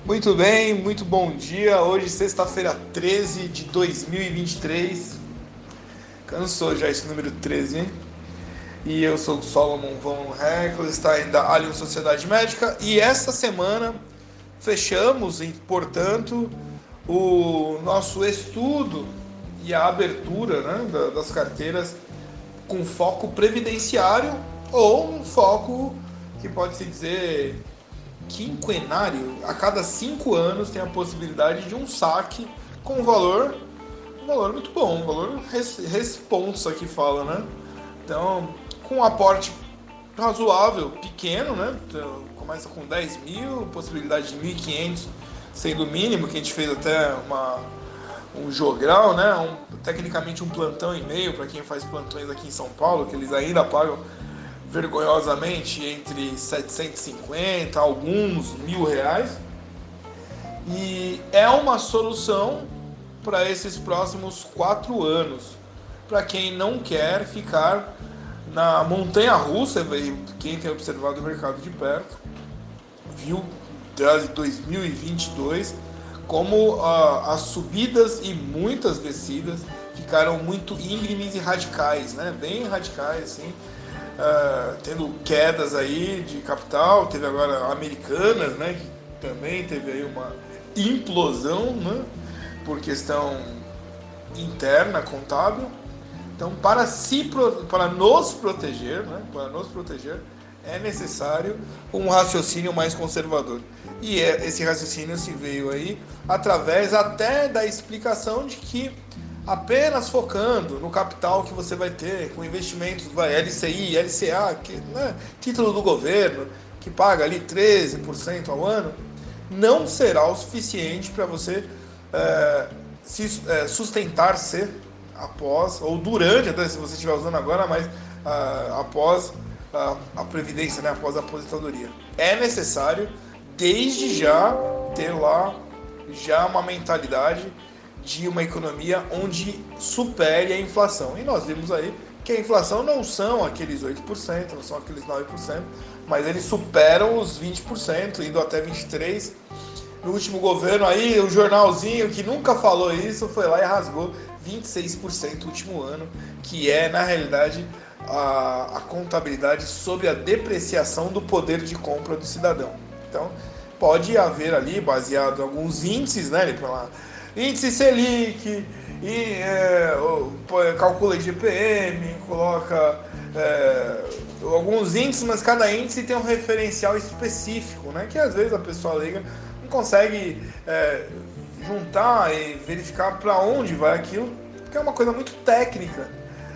Muito bem, muito bom dia. Hoje, sexta-feira 13 de 2023. Cansou já esse número 13, hein? E eu sou o Solomon von Heckler, está ainda Allianz Sociedade Médica. E essa semana fechamos, portanto, o nosso estudo e a abertura, né, das carteiras com foco previdenciário ou um foco que pode-se dizer quinquenário. A cada 5 anos tem a possibilidade de um saque com um valor muito bom, um valor responsa que fala, né? Então, com um aporte razoável, pequeno, né? Então, começa com 10 mil, possibilidade de 1.500 sendo o mínimo, que a gente fez até um jogral, né? Tecnicamente um plantão e meio para quem faz plantões aqui em São Paulo, que eles ainda pagam vergonhosamente entre 750 alguns R$ 1.000, e é uma solução para esses próximos 4 anos para quem não quer ficar na montanha-russa. Quem tem observado o mercado de perto viu desde 2022 como as subidas e muitas descidas ficaram muito íngremes e radicais, né? Bem radicais, assim. Tendo quedas aí de capital, teve agora Americanas, né, que também teve aí uma implosão, né, por questão interna, contábil. Então, para nos proteger, né, é necessário um raciocínio mais conservador. E esse raciocínio se veio aí através até da explicação de que apenas focando no capital que você vai ter, com investimentos, LCI, LCA, que, né, título do governo, que paga ali 13% ao ano, não será o suficiente para você sustentar-se após, ou durante, até se você estiver usando agora, mas após a previdência, né, após a aposentadoria. É necessário, desde já, ter lá já uma mentalidade de uma economia onde supere a inflação. E nós vimos aí que a inflação não são aqueles 8%, não são aqueles 9%, mas eles superam os 20%, indo até 23%. No último governo aí, o jornalzinho que nunca falou isso foi lá e rasgou 26% no último ano, que é, na realidade, a contabilidade sobre a depreciação do poder de compra do cidadão. Então, pode haver ali, baseado em alguns índices, né, índice Selic, e calcula IGPM, coloca alguns índices, mas cada índice tem um referencial específico, né? Que às vezes a pessoa leiga não consegue juntar e verificar para onde vai aquilo, porque é uma coisa muito técnica.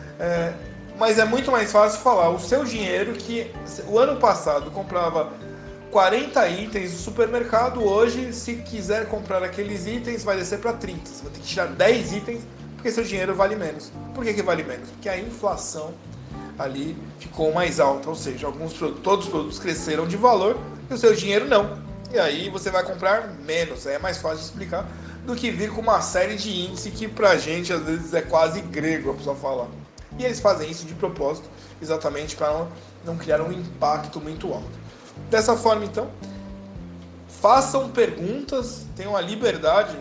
Mas é muito mais fácil falar o seu dinheiro, que o ano passado comprava 40 itens no supermercado, hoje, se quiser comprar aqueles itens, vai descer para 30. Você vai ter que tirar 10 itens, porque seu dinheiro vale menos. Por que vale menos? Porque a inflação ali ficou mais alta, ou seja, todos os produtos cresceram de valor e o seu dinheiro não. E aí você vai comprar menos. É mais fácil de explicar do que vir com uma série de índices que pra gente às vezes é quase grego a pessoa falar. E eles fazem isso de propósito, exatamente para não criar um impacto muito alto. Dessa forma, então, façam perguntas, tenham a liberdade,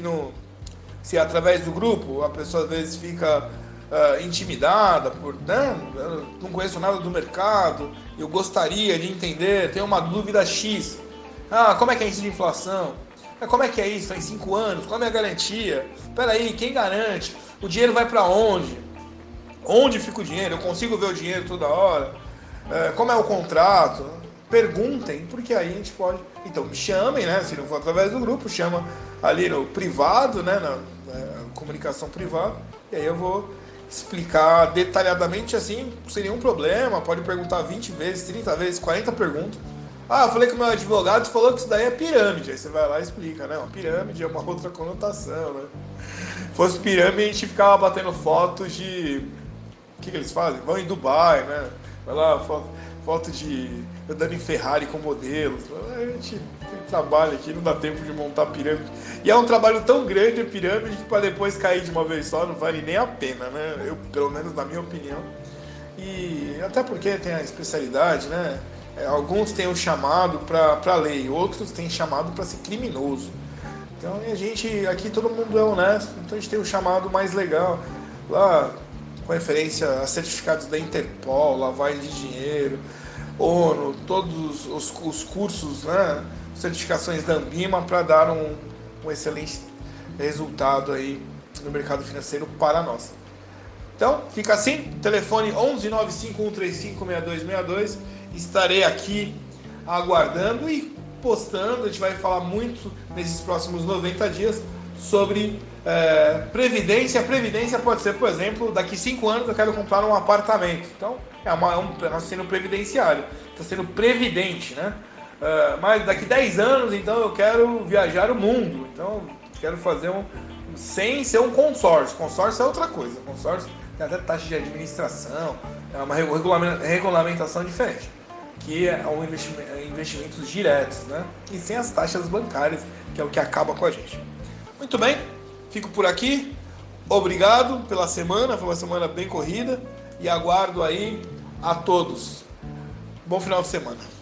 se através do grupo a pessoa às vezes fica intimidada por, não conheço nada do mercado, eu gostaria de entender, tenho uma dúvida X. Como é que é isso de inflação? Como é que é isso? Em 5 anos? Qual é a minha garantia? Espera aí, quem garante? O dinheiro vai para onde? Onde fica o dinheiro? Eu consigo ver o dinheiro toda hora? Como é o contrato? Perguntem, porque aí a gente pode. Então, me chamem, né? Se não for através do grupo, chama ali no privado, né? Na comunicação privada, e aí eu vou explicar detalhadamente, assim, sem nenhum problema. Pode perguntar 20 vezes, 30 vezes, 40 perguntas. Eu falei com o meu advogado, falou que isso daí é pirâmide. Aí você vai lá e explica, né? Uma pirâmide é uma outra conotação, né? Se fosse pirâmide, a gente ficava batendo fotos de. O que eles fazem? Vão em Dubai, né? Vai lá, foto de andando em Ferrari com modelos. A gente trabalha aqui, não dá tempo de montar pirâmide. E é um trabalho tão grande a pirâmide que para depois cair de uma vez só não vale nem a pena, né? Pelo menos na minha opinião. E até porque tem a especialidade, né? Alguns têm o chamado para lei, outros têm chamado para ser criminoso. Então a gente, aqui todo mundo é honesto, então a gente tem o chamado mais legal, lá com referência a certificados da Interpol, lavagem de dinheiro, ONU, todos os cursos, né, certificações da Anbima para dar um excelente resultado aí no mercado financeiro para nós. Então, fica assim, telefone 11 95 135 6262, estarei aqui aguardando e postando, a gente vai falar muito nesses próximos 90 dias sobre previdência. Previdência pode ser, por exemplo, daqui 5 anos eu quero comprar um apartamento, então é um raciocínio previdenciário, está sendo previdente, né? Mas daqui 10 anos, então eu quero viajar o mundo, então quero fazer sem ser um consórcio. Consórcio é outra coisa, consórcio tem até taxa de administração, é uma regulamentação diferente, que é investimentos diretos, né? E sem as taxas bancárias, que é o que acaba com a gente. Muito bem, fico por aqui. Obrigado pela semana, foi uma semana bem corrida e aguardo aí a todos. Bom final de semana.